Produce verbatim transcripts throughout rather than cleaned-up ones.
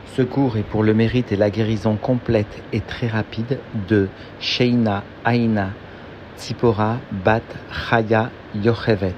Ce cours est pour le mérite et la guérison complète et très rapide de Sheina Aina Tzipora Bat Chaya Yochevet.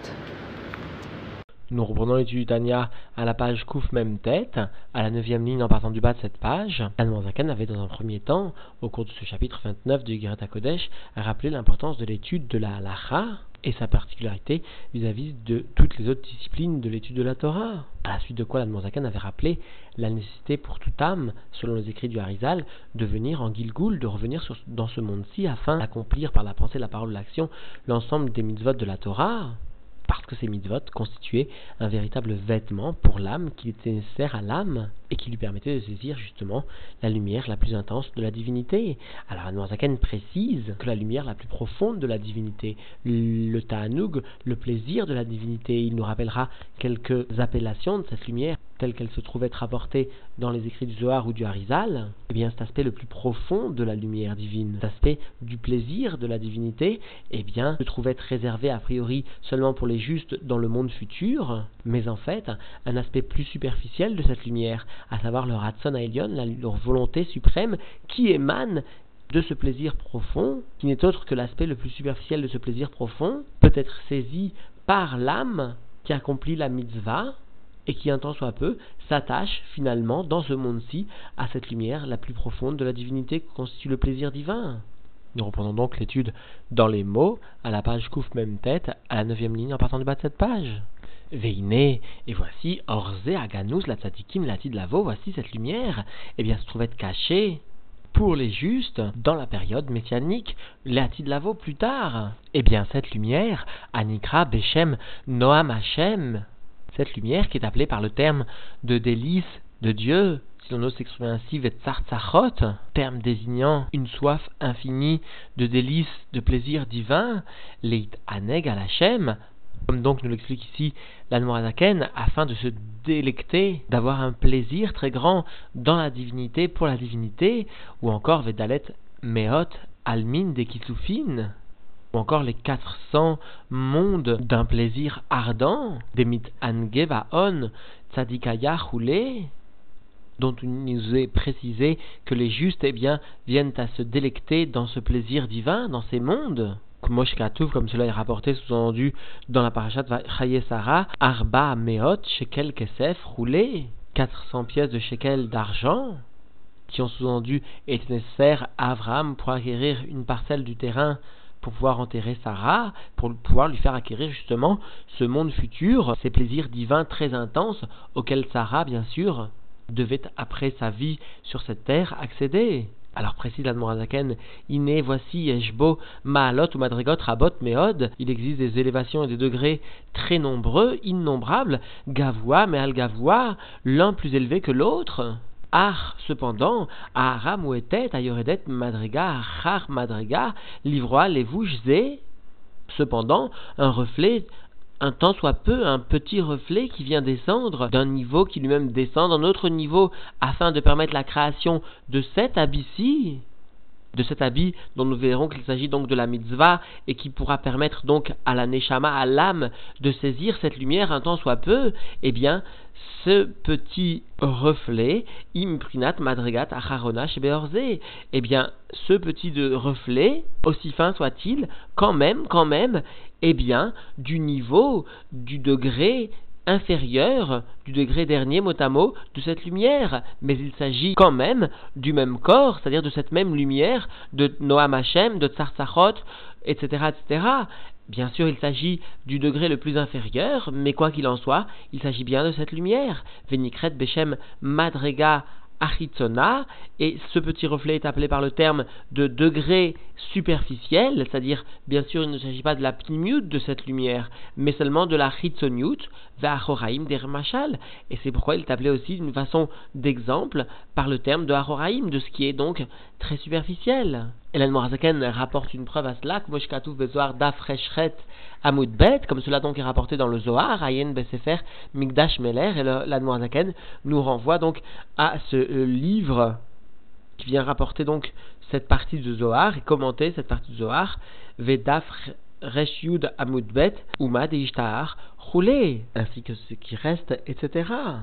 Nous reprenons l'étude du Tanya à la page Kouf Mem Tête, à la neuvième ligne en partant du bas de cette page. L'Admor Zaken avait dans un premier temps, au cours de ce chapitre vingt-neuf du Igeret HaKodesh, rappelé l'importance de l'étude de la Halacha et sa particularité vis-à-vis de toutes les autres disciplines de l'étude de la Torah. À la suite de quoi l'Admor Zaken avait rappelé la nécessité pour toute âme, selon les écrits du Harizal, de venir en Gilgul, de revenir sur, dans ce monde-ci afin d'accomplir par la pensée, la parole, l'action, l'ensemble des mitzvot de la Torah. Parce que ces mitzvot constituaient un véritable vêtement pour l'âme qui était nécessaire à l'âme et qui lui permettait de saisir justement la lumière la plus intense de la divinité. Alors Admor Zaken précise que la lumière la plus profonde de la divinité, le ta'anoug, le plaisir de la divinité, il nous rappellera quelques appellations de cette lumière telle qu'elle se trouve être rapportée dans les écrits du Zohar ou du Harizal. Eh bien cet aspect le plus profond de la lumière divine, cet aspect du plaisir de la divinité, eh bien se trouve être réservé a priori seulement pour les justes dans le monde futur, mais en fait un aspect plus superficiel de cette lumière, à savoir le Ratzon Haelyon, leur volonté suprême qui émane de ce plaisir profond, qui n'est autre que l'aspect le plus superficiel de ce plaisir profond, peut être saisi par l'âme qui accomplit la mitzvah et qui un tant soit peu s'attache finalement dans ce monde-ci à cette lumière la plus profonde de la divinité que constitue le plaisir divin. Nous reprenons donc l'étude dans les mots à la page Kouf Mem Tête, à la neuvième ligne en partant du bas de cette page. Veine, et voici Orze Aganus la Tzadikim Latid Lavo, voici cette lumière, eh bien se trouve être cachée pour les justes dans la période messianique, Latid Lavo plus tard. Eh bien cette lumière, Anikra Beshem Noam Hashem, cette lumière qui est appelée par le terme de délice de Dieu, si l'on ose s'exprimer ainsi, Vetzartzachot, terme désignant une soif infinie de délices, de plaisir divin, Leit Aneg al Hashem, comme donc nous l'explique ici l'Admor Zaken, afin de se délecter, d'avoir un plaisir très grand dans la divinité, pour la divinité, ou encore Vedalet Meot Almin de Kisufin, ou encore les quatre cents mondes d'un plaisir ardent, des mit Angevaon, Tzadikaya Choulé, dont il nous est précisé que les justes eh bien, viennent à se délecter dans ce plaisir divin, dans ces mondes. Comme cela est rapporté sous-entendu dans la parashat Chaye Sarah, Arba Meot Shekel Kesef Roulé, quatre cents pièces de shekel d'argent, qui ont sous-entendu été nécessaires à Abraham pour acquérir une parcelle du terrain pour pouvoir enterrer Sarah, pour pouvoir lui faire acquérir justement ce monde futur, ces plaisirs divins très intenses auxquels Sarah, bien sûr, devait après sa vie sur cette terre accéder. Alors précise l'Admor Zaken, Iné, voici Eshbo, Maalot ou Madrigot, Rabot, Meod, il existe des élévations et des degrés très nombreux, innombrables, Gavoua, Meal Gavoua, l'un plus élevé que l'autre. Ar, cependant, Aharam ou Etet, Ayoredet, Madriga, Achar, Madriga, Livroa, Levouchzé, cependant, un reflet, un tant soit peu, un petit reflet qui vient descendre d'un niveau qui lui-même descend d'un autre niveau, afin de permettre la création de cet habit-ci, de cet habit dont nous verrons qu'il s'agit donc de la mitzvah, et qui pourra permettre donc à la neshama, à l'âme, de saisir cette lumière un tant soit peu, eh bien, ce petit reflet, imprinat madrigat acharona shebeorze, eh bien, ce petit de reflet, aussi fin soit-il, quand même, quand même, eh bien, du niveau, du degré inférieur, du degré dernier mot à mot de cette lumière, mais il s'agit quand même du même corps, c'est-à-dire de cette même lumière de Noam Hashem, de Tzartzachot, et cetera, et cetera. Bien sûr, il s'agit du degré le plus inférieur, mais quoi qu'il en soit, il s'agit bien de cette lumière. Venikret Beshem Madrega Achitzona, et ce petit reflet est appelé par le terme de degré superficiel, c'est-à-dire, bien sûr, il ne s'agit pas de la pnimiut de cette lumière, mais seulement de la chitzoniut, ve'achoraim dermachal, et c'est pourquoi il est appelé aussi d'une façon d'exemple par le terme de achoraim, de ce qui est donc très superficiel. Et l'Admor Zaken rapporte une preuve à cela, que Moshkatouf Bezoar Dafreshret Amud Bet, comme cela donc est rapporté dans le Zohar, Ayen Besefer Migdash Meler, et l'Admor Zaken nous renvoie donc à ce euh, livre qui vient rapporter donc cette partie du Zohar et commenter cette partie du Zohar, Vedaf Resh Yud Amud Bet Uma de Ishtahar Roulé, ainsi que ce qui reste, et cetera.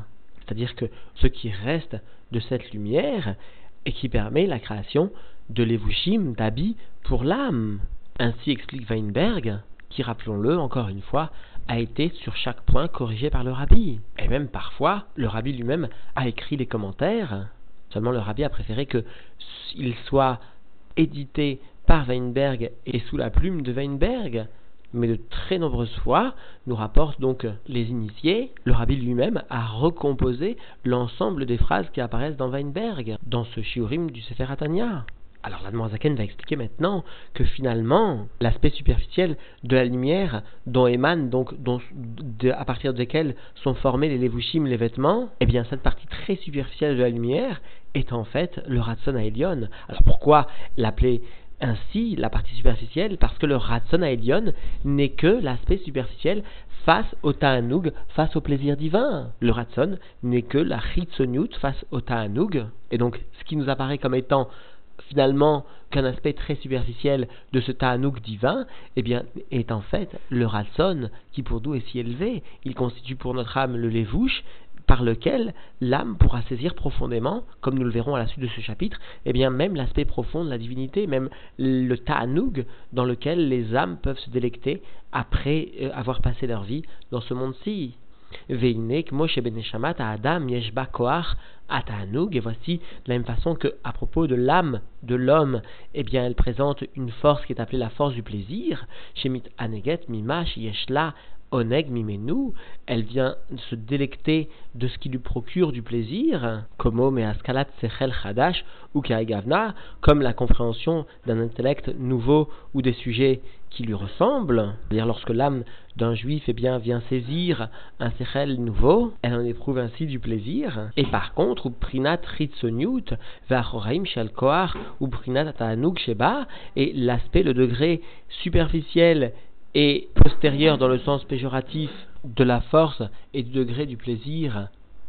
c'est-à-dire que ce qui reste de cette lumière et qui permet la création de levushim, d'habits pour l'âme. Ainsi explique Weinberg, qui, rappelons-le encore une fois, a été sur chaque point corrigé par le rabbi. Et même parfois, le rabbi lui-même a écrit les commentaires. Seulement le rabbi a préféré qu'il soit édité par Weinberg et sous la plume de Weinberg. Mais de très nombreuses fois, nous rapportent donc les initiés, le rabbi lui-même a recomposé l'ensemble des phrases qui apparaissent dans Weinberg, dans ce shiurim du Sefer Tanya. Alors l'Admor Zaken va expliquer maintenant que finalement, l'aspect superficiel de la lumière dont émane, donc dont, de, à partir desquels sont formés les levushim, les vêtements, eh bien cette partie très superficielle de la lumière est en fait le Ratzon HaElyon. Alors pourquoi l'appeler ainsi, la partie superficielle? Parce que le Ratzon HaElyon n'est que l'aspect superficiel face au Ta'anoug, face au plaisir divin. Le Ratzon n'est que la Chitzoniut face au Ta'anoug. Et donc, ce qui nous apparaît comme étant finalement qu'un aspect très superficiel de ce Ta'anoug divin, eh bien, est en fait le Ratzon qui pour nous est si élevé. Il constitue pour notre âme le Levouche, par lequel l'âme pourra saisir profondément, comme nous le verrons à la suite de ce chapitre, eh bien même l'aspect profond de la divinité, même le ta'anoug dans lequel les âmes peuvent se délecter après euh, avoir passé leur vie dans ce monde-ci. Veinek Moshe ben Neshamat à Adam Yeshba Koach Ata'anoug, et voici de la même façon que à propos de l'âme de l'homme, eh bien elle présente une force qui est appelée la force du plaisir. Shemit Aneget Mimash Yeshla Oneg Mimenu, elle vient se délecter de ce qui lui procure du plaisir, comme Measkalat Sechel Chadash ou Kaegavna, comme la compréhension d'un intellect nouveau ou des sujets qui lui ressemblent. C'est-à-dire lorsque l'âme d'un juif eh bien, vient saisir un Sechel nouveau, elle en éprouve ainsi du plaisir. Et par contre, ou Prinat Ritzoniut, Vachoraim Shel Koach, ou Prinat Ta'anoug Sheba, et l'aspect, le degré superficiel et postérieur dans le sens péjoratif de la force et du degré du plaisir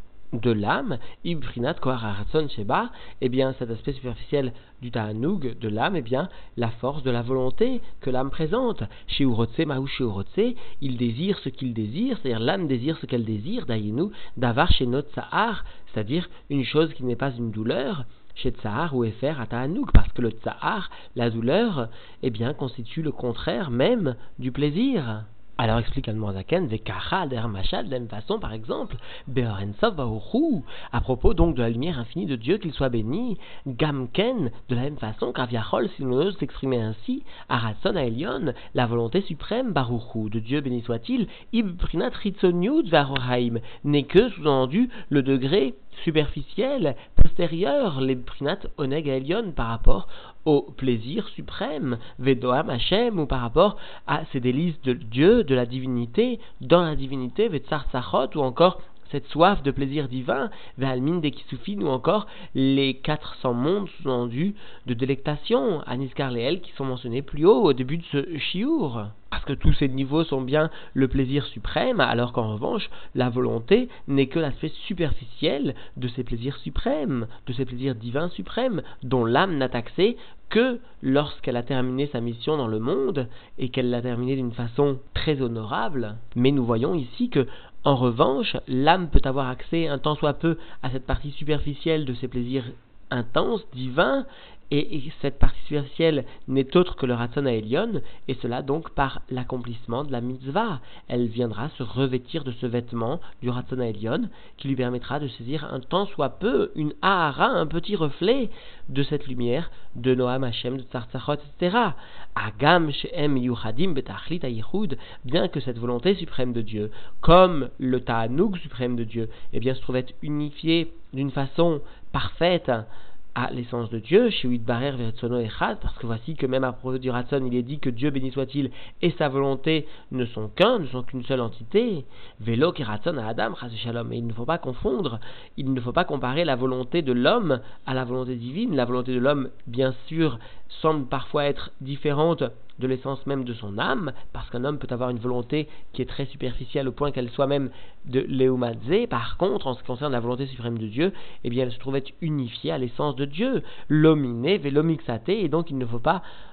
de l'âme, Ibrinat Koach Haratzon Sheba, eh bien cet aspect superficiel du Ta'anoug de l'âme, eh bien la force de la volonté que l'âme présente. Chez Urotse Mahou chez Urotse, il désire ce qu'il désire, c'est-à-dire l'âme désire ce qu'elle désire, Dayenu, Davar chez Not Sahar, c'est-à-dire une chose qui n'est pas une douleur, chez Tsahar ou Efer à Ta'anoug, parce que le Tsahar, la douleur, eh bien, constitue le contraire même du plaisir. Alors explique Admor Zaken, Vekacha der Machal, de la même façon, par exemple, Be'orensov Vaoru, à propos donc de la lumière infinie de Dieu, qu'il soit béni, Gamken, de la même façon, Kaviachol, si l'on ose s'exprimer ainsi, Aratzon HaElyon, la volonté suprême, Baruchu, de Dieu béni soit-il, Ibprinat Ritzoniut Varohaim, n'est que, sous-entendu, le degré superficiel, postérieur, les Prinat Oneg HaElyon, par rapport au plaisir suprême, Vedoam Hashem, ou par rapport à ces délices de Dieu, de la divinité, dans la divinité, Vetsar Sachot, ou encore cette soif de plaisir divin, Ve'almin de Kisufin, ou encore les quatre cents mondes sous-entendus de délectation, Aniskar Leel, qui sont mentionnés plus haut au début de ce shiur. Parce que tous ces niveaux sont bien le plaisir suprême, alors qu'en revanche, la volonté n'est que l'aspect superficiel de ces plaisirs suprêmes, de ces plaisirs divins suprêmes, dont l'âme n'a accès que lorsqu'elle a terminé sa mission dans le monde, et qu'elle l'a terminée d'une façon très honorable. Mais nous voyons ici que, en revanche, l'âme peut avoir accès un tant soit peu à cette partie superficielle de ces plaisirs intenses, divins, et, et cette partie superficielle n'est autre que le Ratzon HaElyon, et cela donc par l'accomplissement de la mitzvah. Elle viendra se revêtir de ce vêtement du Ratzon HaElyon, qui lui permettra de saisir un tant soit peu, une ahara, un petit reflet de cette lumière de Noam Hashem, de Tsar Tzachot, et cetera. Agam she'em yuchadim betachlit hayichud, bien que cette volonté suprême de Dieu, comme le ta'anoug suprême de Dieu, eh bien se trouve être unifié d'une façon parfaite à l'essence de Dieu, chez Uitbarer Veretzono Echad, parce que voici que même à propos du Ratzon, il est dit que Dieu béni soit-il et sa volonté ne sont qu'un, ne sont qu'une seule entité. Velo ki Ratzon à Adam, Chas Shalom. Et il ne faut pas confondre, il ne faut pas comparer la volonté de l'homme à la volonté divine. La volonté de l'homme, bien sûr, semble parfois être différente de l'essence même de son âme, parce qu'un homme peut avoir une volonté qui est très superficielle au point qu'elle soit même de l'Eumadze. Par contre, en ce qui concerne la volonté suprême de Dieu, eh bien elle se trouve être unifiée à l'essence de Dieu, l'hominé, vélomixate, et donc il ne faut pas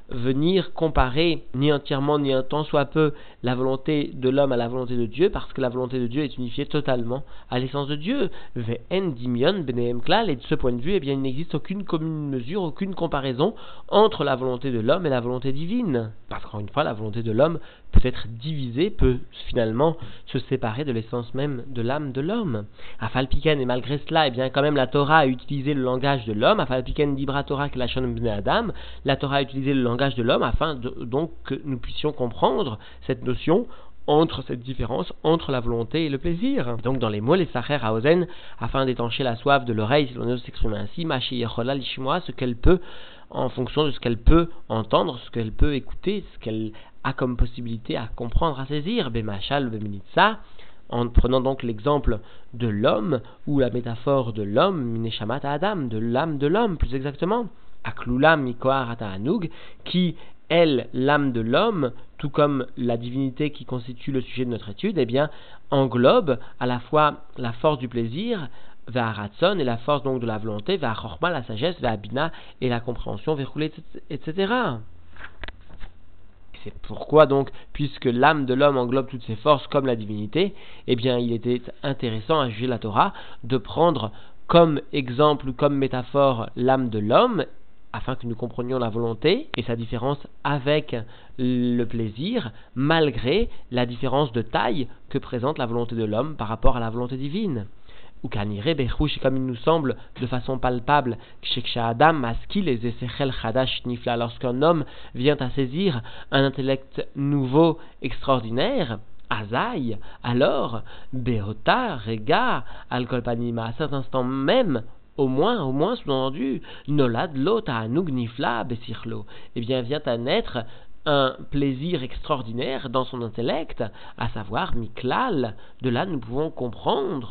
venir comparer ni entièrement ni un tant soit peu la volonté de l'homme à la volonté de Dieu, parce que la volonté de Dieu est unifiée totalement à l'essence de Dieu. Ve'en dimion benehem klal, et de ce point de vue, eh bien, il n'existe aucune commune mesure, aucune comparaison entre la volonté de l'homme et la volonté divine. Parce qu'encore une fois, la volonté de l'homme peut être divisée, peut finalement se séparer de l'essence même de l'âme de l'homme. Afalpiken, et malgré cela, eh bien, quand même, la Torah a utilisé le langage de l'homme. Afalpiken dibra Torah kelashon bnei adam. La Torah a utilisé le langage de l'homme afin de, donc que nous puissions comprendre cette notion entre cette différence entre la volonté et le plaisir. Donc dans les mots, les sacher à ozen, afin d'étancher la soif de l'oreille, si l'on ose s'exprimer ainsi, machi yechola lishmoa, ce qu'elle peut, en fonction de ce qu'elle peut entendre, ce qu'elle peut écouter, ce qu'elle a comme possibilité à comprendre, à saisir, bemachal beminitsa, en prenant donc l'exemple de l'homme, ou la métaphore de l'homme, mineshamat adam, de l'âme de l'homme, plus exactement, aklulam mikoar ataanug, qui elle, l'âme de l'homme, tout comme la divinité qui constitue le sujet de notre étude, eh bien, englobe à la fois la force du plaisir, Ve'aratson, et la force donc de la volonté, Ve'achorma, la sagesse, Ve'abina, et la compréhension, Ve'roulé, et cetera. C'est pourquoi donc, puisque l'âme de l'homme englobe toutes ses forces comme la divinité, eh bien, il était intéressant à juger la Torah de prendre comme exemple, comme métaphore, l'âme de l'homme, afin que nous comprenions la volonté et sa différence avec le plaisir, malgré la différence de taille que présente la volonté de l'homme par rapport à la volonté divine. Ou kanire bechouch, comme il nous semble de façon palpable, adam maskil et zesechel chadash nifla, lorsqu'un homme vient à saisir un intellect nouveau, extraordinaire, Azaï, alors, Behota, Rega, Alkolpanima, à cet instant même, au moins, au moins sous-entendu, Nolad lo ta'anug nifla besirlo, eh bien vient à naître un plaisir extraordinaire dans son intellect, à savoir Miklal. De là nous pouvons comprendre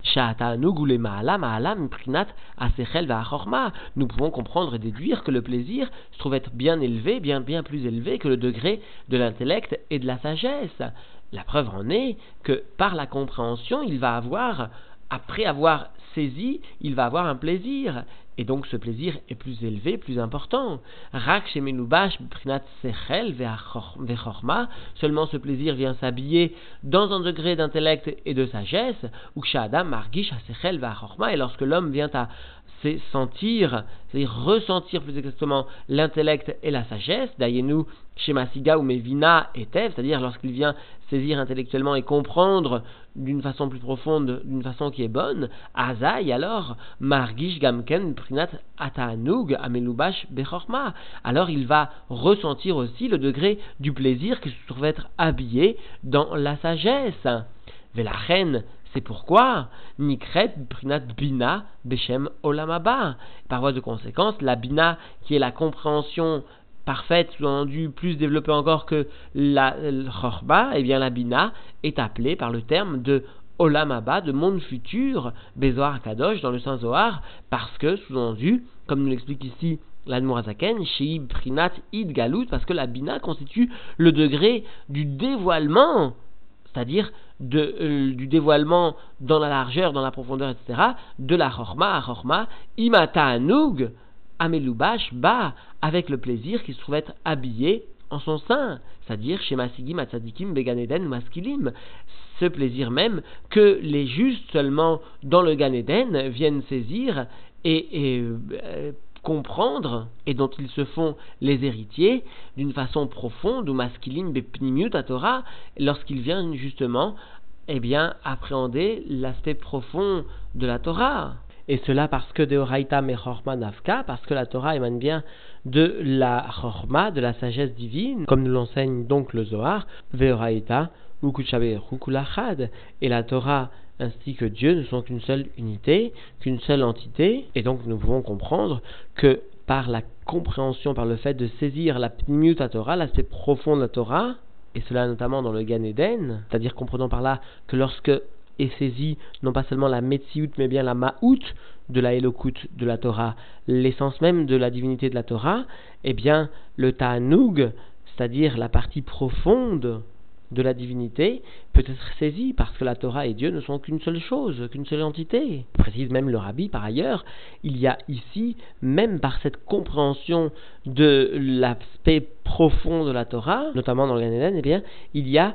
nous pouvons comprendre et déduire que le plaisir se trouve être bien élevé, bien bien plus élevé que le degré de l'intellect et de la sagesse. La preuve en est que par la compréhension, il va avoir, après avoir saisi, il va avoir un plaisir. Et donc ce plaisir est plus élevé, plus important. Seulement ce plaisir vient s'habiller dans un degré d'intellect et de sagesse, et lorsque l'homme vient à sentir, c'est-à-dire ressentir plus exactement l'intellect et la sagesse, d'ayenu Shemasiga ou Mevina et Tev, c'est-à-dire lorsqu'il vient saisir intellectuellement et comprendre d'une façon plus profonde, d'une façon qui est bonne, Azaï alors, Margish Gamken Prinat Ataanug Amelubash Bechorma, alors il va ressentir aussi le degré du plaisir qui se trouve être habillé dans la sagesse. Velachen, c'est pourquoi Nikret Prinat Bina Beshem Olamaba. Par voie de conséquence, la Bina, qui est la compréhension parfaite, sous-entendu plus développée encore que la Chorba, eh bien la Bina est appelée par le terme de Olam Haba, de monde futur, Bezoar Kadosh, dans le Saint Zohar, parce que, sous-entendu, comme nous l'explique ici l'Admor Hazaken, Sheib Prinat Id Galut, parce que la Bina constitue le degré du dévoilement, c'est-à-dire de, euh, du dévoilement dans la largeur, dans la profondeur, et cetera, de la Chorma, Chorma, Imata Anug, Amelubash, Ba, avec le plaisir qui se trouve être habillé en son sein, c'est-à-dire chez Masigim, Atzadikim, Beganeden, Maskilim, ce plaisir même que les justes seulement dans le Gan Eden viennent saisir et, et euh, comprendre, et dont ils se font les héritiers d'une façon profonde, ou Maskilim, Bepnimiut, à Torah, lorsqu'ils viennent justement eh bien, appréhender l'aspect profond de la Torah. Et cela parce que de Horaïta me Chorma Nafka, parce que la Torah émane bien de la Chorma, de la sagesse divine, comme nous l'enseigne donc le Zohar, Ve Horaïta, Ukuchabe Rukulachad, et la Torah ainsi que Dieu ne sont qu'une seule unité, qu'une seule entité, et donc nous pouvons comprendre que par la compréhension, par le fait de saisir la Pnimiut à Torah, l'aspect profond de la Torah, et cela notamment dans le Gan Eden, c'est-à-dire comprenons par là que lorsque est saisi non pas seulement la Metsiout, mais bien la Ma'out de la Elokut de la Torah, l'essence même de la divinité de la Torah, eh bien le Ta'anoug, c'est-à-dire la partie profonde de la divinité peut être saisi parce que la Torah et Dieu ne sont qu'une seule chose, qu'une seule entité. Il précise même le Rabbi par ailleurs, il y a ici, même par cette compréhension de l'aspect profond de la Torah, notamment dans le Gan Eden, eh bien, il y a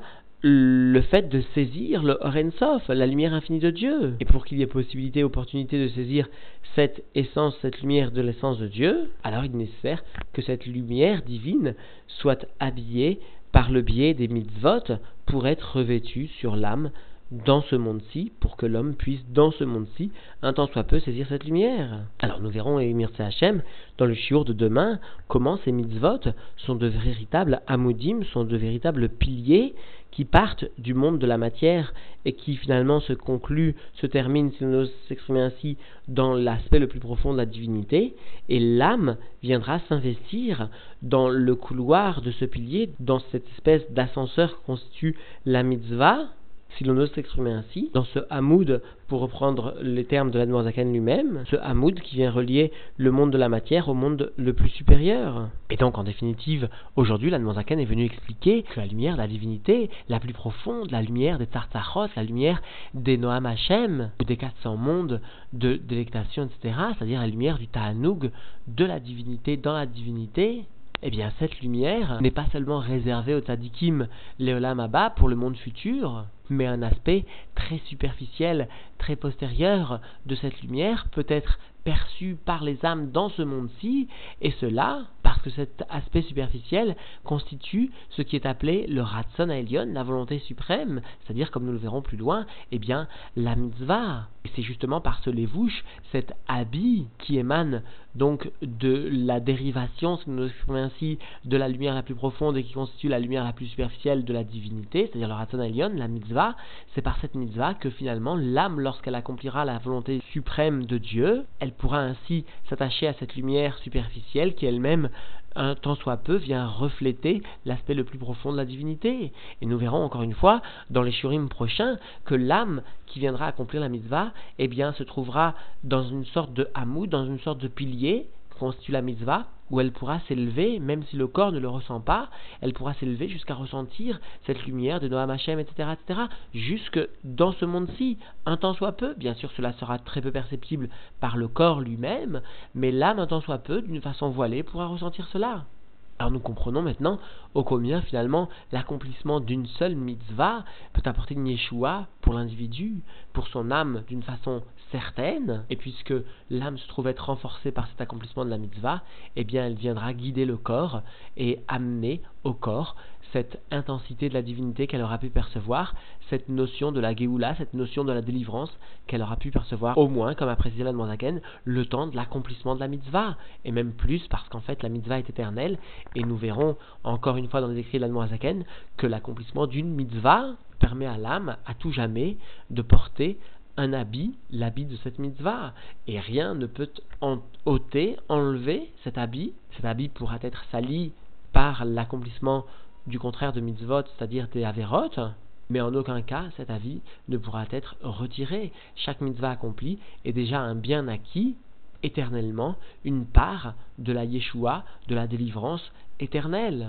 le fait de saisir le Or Ein Sof, la lumière infinie de Dieu. Et pour qu'il y ait possibilité, opportunité de saisir cette essence, cette lumière de l'essence de Dieu, alors il est nécessaire que cette lumière divine soit habillée par le biais des mitzvot pour être revêtue sur l'âme dans ce monde-ci, pour que l'homme puisse, dans ce monde-ci, un tant soit peu saisir cette lumière. Alors nous verrons, Mirtse Hashem, dans le shiur de demain, comment ces mitzvot sont de véritables amudim, sont de véritables piliers qui partent du monde de la matière et qui finalement se concluent, se terminent, si l'on ose s'exprimer ainsi, dans l'aspect le plus profond de la divinité, et l'âme viendra s'investir dans le couloir de ce pilier, dans cette espèce d'ascenseur que constitue la mitzvah, si l'on ose s'exprimer ainsi, dans ce hamoud, pour reprendre les termes de l'Admor Zaken lui-même, ce hamoud qui vient relier le monde de la matière au monde le plus supérieur. Et donc, en définitive, aujourd'hui, l'Admor Zaken est venu expliquer que la lumière de la divinité, la plus profonde, la lumière des Tzartzachot, la lumière des Noam Hashem, ou des quatre cents mondes de délectation, et cetera, c'est-à-dire la lumière du Ta'anoug, de la divinité dans la divinité, eh bien, cette lumière n'est pas seulement réservée aux tzadikim Leolam Haba pour le monde futur, mais un aspect très superficiel, très postérieur de cette lumière peut être perçu par les âmes dans ce monde-ci, et cela parce que cet aspect superficiel constitue ce qui est appelé le Ratzon Haelyon, la volonté suprême, c'est-à-dire, comme nous le verrons plus loin, eh bien, la mitzvah. Et c'est justement par ce levouche, cet habit qui émane donc de la dérivation, si nous l'exprimons ainsi, de la lumière la plus profonde et qui constitue la lumière la plus superficielle de la divinité, c'est-à-dire le Ratzon Haelyon, la mitzvah. C'est par cette mitzvah que finalement l'âme, lorsqu'elle accomplira la volonté suprême de Dieu, elle pourra ainsi s'attacher à cette lumière superficielle qui elle-même, un tant soit peu, vient refléter l'aspect le plus profond de la divinité. Et nous verrons encore une fois dans les shurim prochains que l'âme qui viendra accomplir la mitzvah, eh bien, se trouvera dans une sorte de hamoud, dans une sorte de pilier qui constitue la mitzvah, où elle pourra s'élever, même si le corps ne le ressent pas, elle pourra s'élever jusqu'à ressentir cette lumière de Noam Hashem, et cetera, et cetera, jusque dans ce monde-ci, un tant soit peu. Bien sûr, cela sera très peu perceptible par le corps lui-même, mais l'âme, un tant soit peu, d'une façon voilée, pourra ressentir cela. Alors nous comprenons maintenant ô combien finalement l'accomplissement d'une seule mitzvah peut apporter une yeshua pour l'individu, pour son âme d'une façon certaine, et puisque l'âme se trouve être renforcée par cet accomplissement de la mitzvah, eh bien elle viendra guider le corps et amener au corps cette intensité de la divinité qu'elle aura pu percevoir, cette notion de la Géoula, cette notion de la délivrance qu'elle aura pu percevoir, au moins, comme a précisé l'Admor Zaken, le temps de l'accomplissement de la mitzvah, et même plus parce qu'en fait la mitzvah est éternelle, et nous verrons encore une fois dans les écrits de l'Admor Zaken que l'accomplissement d'une mitzvah permet à l'âme, à tout jamais, de porter un habit, l'habit de cette mitzvah, et rien ne peut en ôter, enlever cet habit. Cet habit pourra être sali par l'accomplissement du contraire de mitzvot, c'est-à-dire des averot, mais en aucun cas cet avis ne pourra être retiré. Chaque mitzvah accomplie est déjà un bien acquis, éternellement, une part de la Yeshua, de la délivrance éternelle.